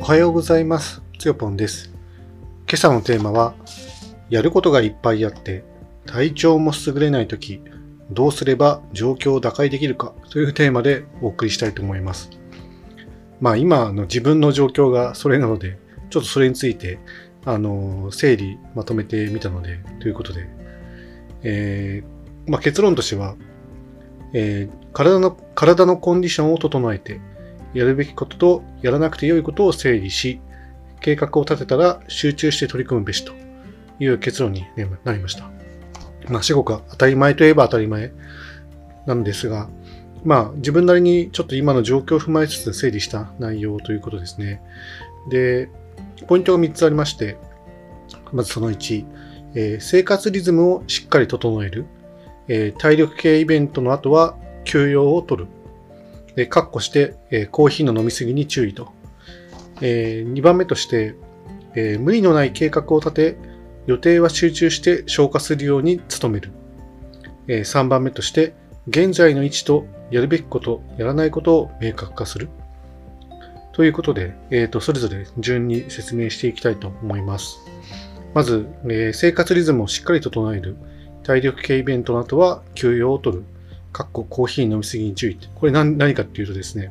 おはようございます。つよぽんです。今朝のテーマは、やることがいっぱいあって、体調も優れないとき、どうすれば状況を打開できるかというテーマでお送りしたいと思います。今の自分の状況がそれなので、ちょっとそれについて、整理まとめてみたので、ということで、結論としては、体のコンディションを整えて、やるべきこととやらなくて良いことを整理し、計画を立てたら集中して取り組むべしという結論になりました。至極当たり前といえば当たり前なんですが、自分なりにちょっと今の状況を踏まえつつ整理した内容ということですね。で、ポイントが3つありまして、まずその1、生活リズムをしっかり整える。体力系イベントの後は休養を取る。括弧して、コーヒーの飲みすぎに注意と。2番目として、無理のない計画を立て、予定は集中して消化するように努める。3番目として、現在の位置とやるべきこと、やらないことを明確化する。ということで、それぞれ順に説明していきたいと思います。まず、生活リズムをしっかり整える。体力系イベントの後は休養を取る。コーヒー飲みすぎに注意。これ何かっていうとですね、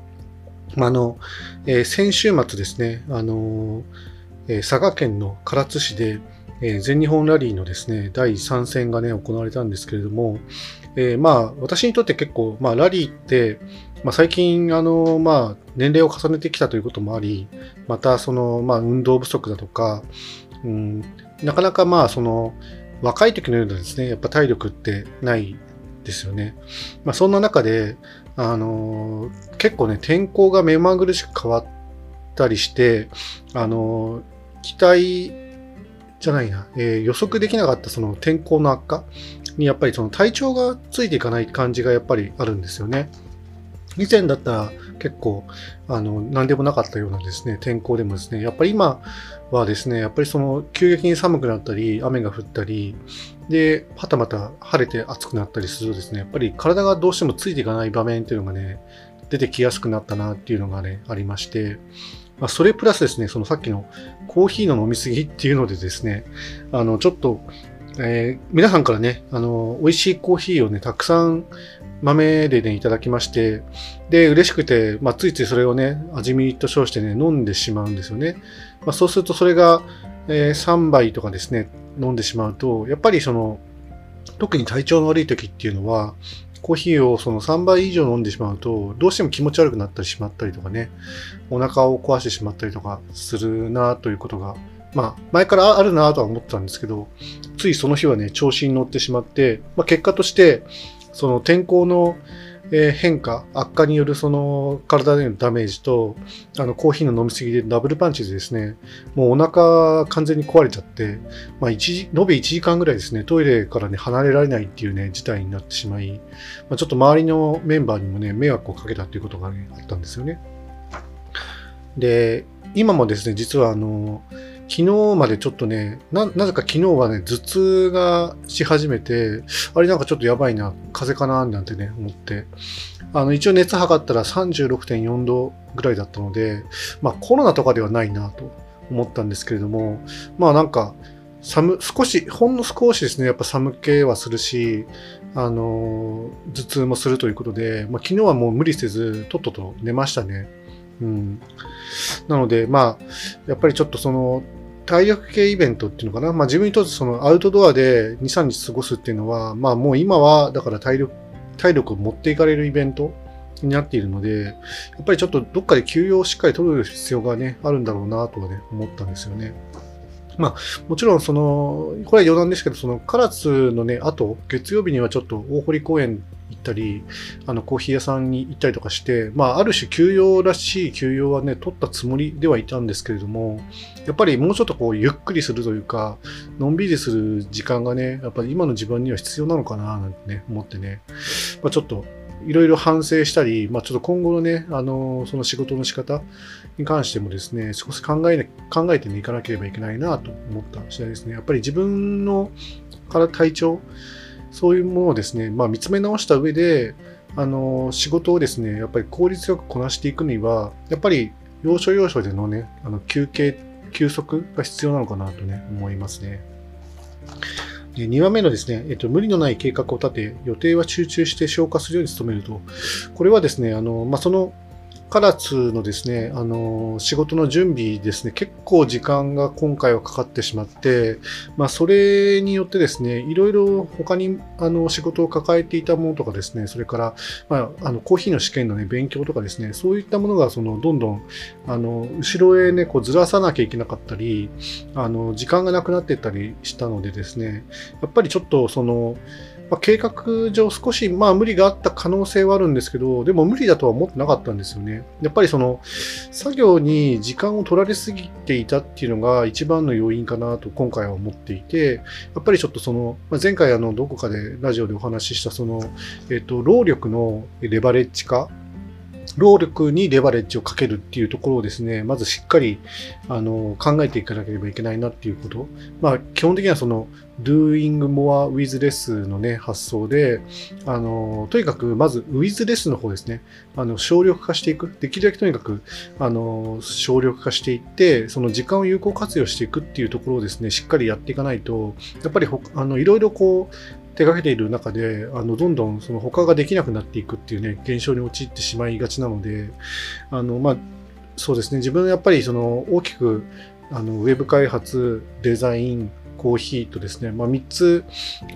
先週末ですね、佐賀県の唐津市で、全日本ラリーのですね、第3戦がね、行われたんですけれども、私にとって結構、ラリーって、最近、年齢を重ねてきたということもあり、また、運動不足だとか、なかなか、若い時のようなですね、やっぱ体力ってないですよね。そんな中で、結構ね、天候が目まぐるしく変わったりして、期待じゃないな、予測できなかったその天候の悪化にやっぱりその体調がついていかない感じがやっぱりあるんですよね。以前だったら結構何でもなかったようなですね、天候でもですね、やっぱり今はですね、やっぱりその急激に寒くなったり、雨が降ったり、で、はたまた晴れて暑くなったりするとですね、やっぱり体がどうしてもついていかない場面っていうのがね、出てきやすくなったなっていうのがね、ありまして、それプラスですね、そのさっきのコーヒーの飲みすぎっていうのでですね、ちょっと、皆さんからね、美味しいコーヒーをね、たくさん豆でね、いただきまして、で、嬉しくて、ついついそれをね、味見と称してね、飲んでしまうんですよね。そうするとそれが、3杯とかですね、飲んでしまうと、やっぱり特に体調の悪い時っていうのは、コーヒーをその3杯以上飲んでしまうと、どうしても気持ち悪くなったりしまったりとかね、お腹を壊してしまったりとかするなということが、前からあるなとは思ってたんですけど、ついその日はね、調子に乗ってしまって、結果として、その天候の変化、悪化によるその体でのダメージと、コーヒーの飲みすぎでダブルパンチでですね、もうお腹完全に壊れちゃって、延べ1時間ぐらいですね、トイレからね、離れられないっていうね、事態になってしまい、ちょっと周りのメンバーにもね、迷惑をかけたっていうことがね、あったんですよね。で、今もですね、実は昨日までちょっとね、なぜか昨日はね、頭痛がし始めて、あれなんかちょっとやばいな、風邪かななんてね、思って。一応熱測ったら 36.4 度ぐらいだったので、コロナとかではないなと思ったんですけれども、なんか、ほんの少しですね、やっぱ寒気はするし、頭痛もするということで、昨日はもう無理せず、とっとと寝ましたね。なので、やっぱりちょっと体力系イベントっていうのかな。自分にとってアウトドアで2、3日過ごすっていうのは、もう今は、だから体力を持っていかれるイベントになっているので、やっぱりちょっとどっかで休養をしっかり取る必要がね、あるんだろうなとはね、思ったんですよね。もちろんこれは余談ですけど、唐津のね、月曜日にはちょっと大堀公園行ったり、コーヒー屋さんに行ったりとかして、ある種休養らしい休養はね、取ったつもりではいたんですけれども、やっぱりもうちょっとゆっくりするというか、のんびりする時間がね、やっぱり今の自分には必要なのかな、なんてね、思ってね、ちょっと、いろいろ反省したり、ちょっと今後のね、その仕事の仕方に関してもですね、少し考えてね、いかなければいけないなと思った次第ですね。やっぱり自分の体調、そういうものをですね、見つめ直した上で、仕事をですね、やっぱり効率よくこなしていくには、やっぱり要所要所でのね、休息が必要なのかなとね、思いますね。2番目のですね、無理のない計画を立て、予定は集中して消化するように努めると。これはですね、その唐津のですね、仕事の準備ですね、結構時間が今回はかかってしまって、それによってですね、いろいろ他に仕事を抱えていたものとかですね、それから、コーヒーの試験のね、勉強とかですね、そういったものが、どんどん、後ろへね、こうずらさなきゃいけなかったり、時間がなくなっていったりしたのでですね、やっぱりちょっと計画上少し無理があった可能性はあるんですけど、でも無理だとは思ってなかったんですよね。やっぱり作業に時間を取られすぎていたっていうのが一番の要因かなと今回は思っていて、やっぱりちょっと前回どこかでラジオでお話しした労力のレバレッジ化、労力にレバレッジをかけるっていうところをですね、まずしっかり考えていかなければいけないなっていうこと。基本的にはdoing more with less のね、発想で、とにかくまず with less の方ですね、省力化していく。できるだけとにかく、省力化していって、その時間を有効活用していくっていうところをですね、しっかりやっていかないと、やっぱりいろいろ手掛けている中で、どんどん他ができなくなっていくっていうね、現象に陥ってしまいがちなので、そうですね、自分はやっぱり大きく、ウェブ開発、デザイン、コーヒーとですね、3つ、日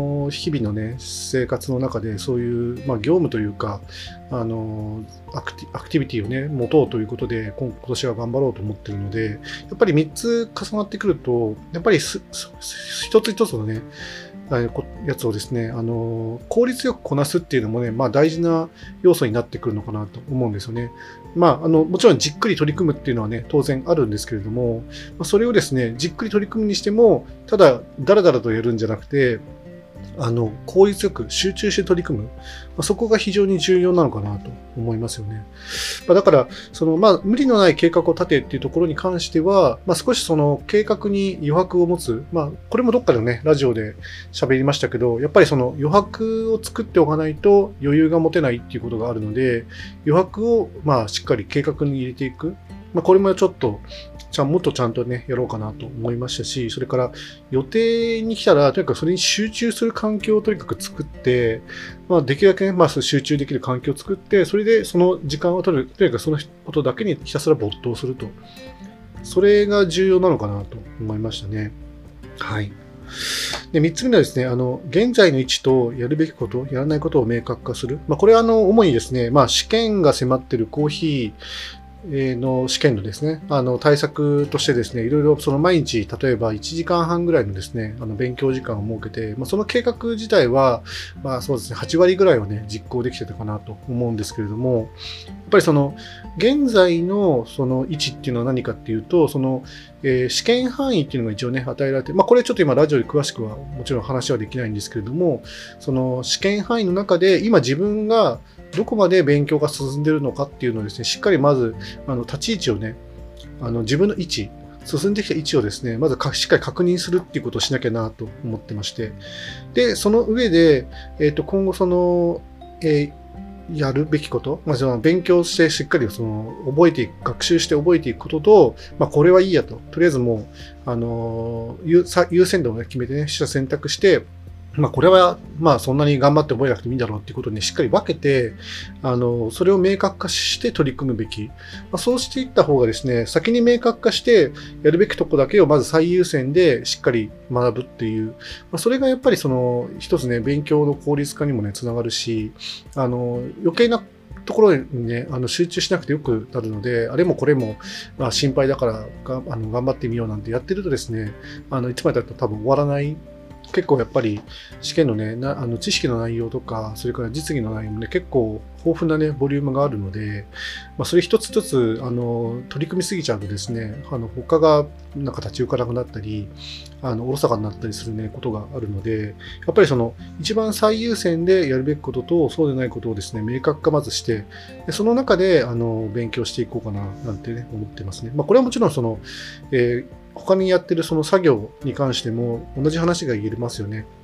々のね、生活の中でそういう、業務というか、アクティビティをね、持とうということで、今年は頑張ろうと思っているので、やっぱり3つ重なってくると、やっぱり一つ一つのね、やつをですね、効率よくこなすっていうのもね、大事な要素になってくるのかなと思うんですよね。もちろんじっくり取り組むっていうのはね、当然あるんですけれども、それをですね、じっくり取り組むにしても、ただ、だらだらとやるんじゃなくて、効率よく集中して取り組む。そこが非常に重要なのかなと思いますよね。だから、無理のない計画を立てっていうところに関しては、少し計画に余白を持つ。これもどっかでね、ラジオで喋りましたけど、やっぱり余白を作っておかないと余裕が持てないっていうことがあるので、余白をしっかり計画に入れていく。これもちょっと、もっとちゃんとね、やろうかなと思いましたし、それから予定に来たら、とにかくそれに集中する環境をとにかく作って、できるだけね、集中できる環境を作って、それでその時間を取る、とにかくそのことだけにひたすら没頭すると。それが重要なのかなと思いましたね。はい。で、3つ目はですね、現在の位置とやるべきこと、やらないことを明確化する。これは主にですね、試験が迫っているコーヒー、の試験のですね、対策としてですね、いろいろ毎日、例えば1時間半ぐらいのですね、勉強時間を設けて、その計画自体は、そうですね、8割ぐらいはね、実行できてたかなと思うんですけれども、やっぱり現在の位置っていうのは何かっていうと、試験範囲っていうのが一応ね、与えられて、これちょっと今ラジオで詳しくはもちろん話はできないんですけれども、試験範囲の中で今自分がどこまで勉強が進んでいるのかっていうのをですね、しっかりまず、立ち位置をね、自分の位置、進んできた位置をですね、まずしっかり確認するっていうことをしなきゃなと思ってまして。で、その上で、今後やるべきこと、勉強してしっかり学習して覚えていくことと、これはいいやと。とりあえずもう、優先度をね、決めてね、取捨選択して、これは、そんなに頑張って覚えなくてもいいんだろうっていうことにしっかり分けて、それを明確化して取り組むべき。そうしていった方がですね、先に明確化して、やるべきとこだけをまず最優先でしっかり学ぶっていう、それがやっぱり一つね、勉強の効率化にもね、つながるし、余計なところにね、集中しなくてよくなるので、あれもこれも、心配だから頑張ってみようなんてやってるとですね、いつまでだと多分終わらない。結構やっぱり試験のね、知識の内容とか、それから実技の内容もね、結構豊富なね、ボリュームがあるので、それ一つ一つ、取り組みすぎちゃうとですね、他がなんか立ち行かなくなったり、おろそかになったりするね、ことがあるので、やっぱり一番最優先でやるべきことと、そうでないことをですね、明確化まずして、でその中で、勉強していこうかな、なんてね、思ってますね。これはもちろん他にやってるその作業に関しても同じ話が言えますよね。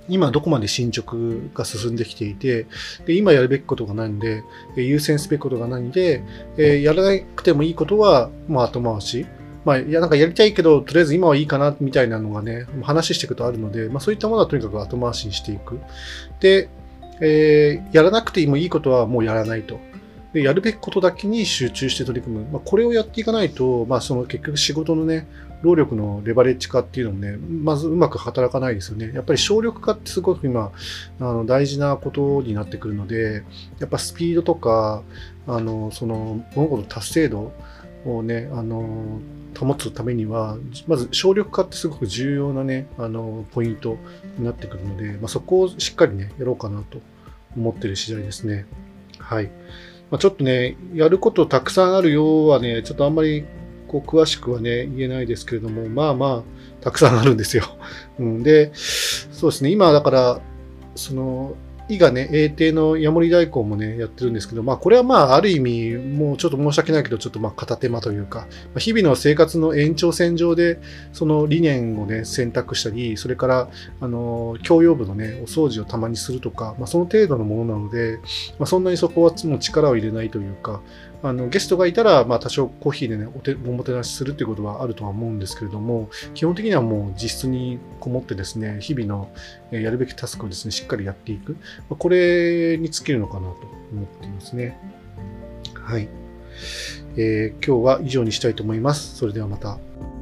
今どこまで進捗が進んできていて、で今やるべきことがないので、優先すべきことがないので、やらなくてもいいことは、後回し。なんかやりたいけど、とりあえず今はいいかな、みたいなのがね、話していくとあるので、そういったものはとにかく後回しにしていく。で、やらなくてもいいことはもうやらないと。でやるべきことだけに集中して取り組む。これをやっていかないと、その結局仕事のね、労力のレバレッジ化っていうのもね、まずうまく働かないですよね。やっぱり省力化ってすごく今、大事なことになってくるので、やっぱスピードとか、その物事の達成度をね、保つためには、まず省力化ってすごく重要なね、ポイントになってくるので、そこをしっかりね、やろうかなと思ってる次第ですね。はい。ちょっとね、やることたくさんあるようはね、ちょっとあんまり詳しくはね、言えないですけれども、たくさんあるんですよ。で、そうですね、今だから、伊賀ね、永定のヤモリ大根もね、やってるんですけど、これはある意味、もうちょっと申し訳ないけど、ちょっと片手間というか、日々の生活の延長線上で、その理念をね、選択したり、それから、共用部のね、お掃除をたまにするとか、その程度のものなので、そんなにそこはもう力を入れないというか、ゲストがいたら、多少コーヒーでね、おもてなしするっていうことはあるとは思うんですけれども、基本的にはもう実質にこもってですね、日々のやるべきタスクをですね、しっかりやっていく。これに尽きるのかなと思っていますね。はい。今日は以上にしたいと思います。それではまた。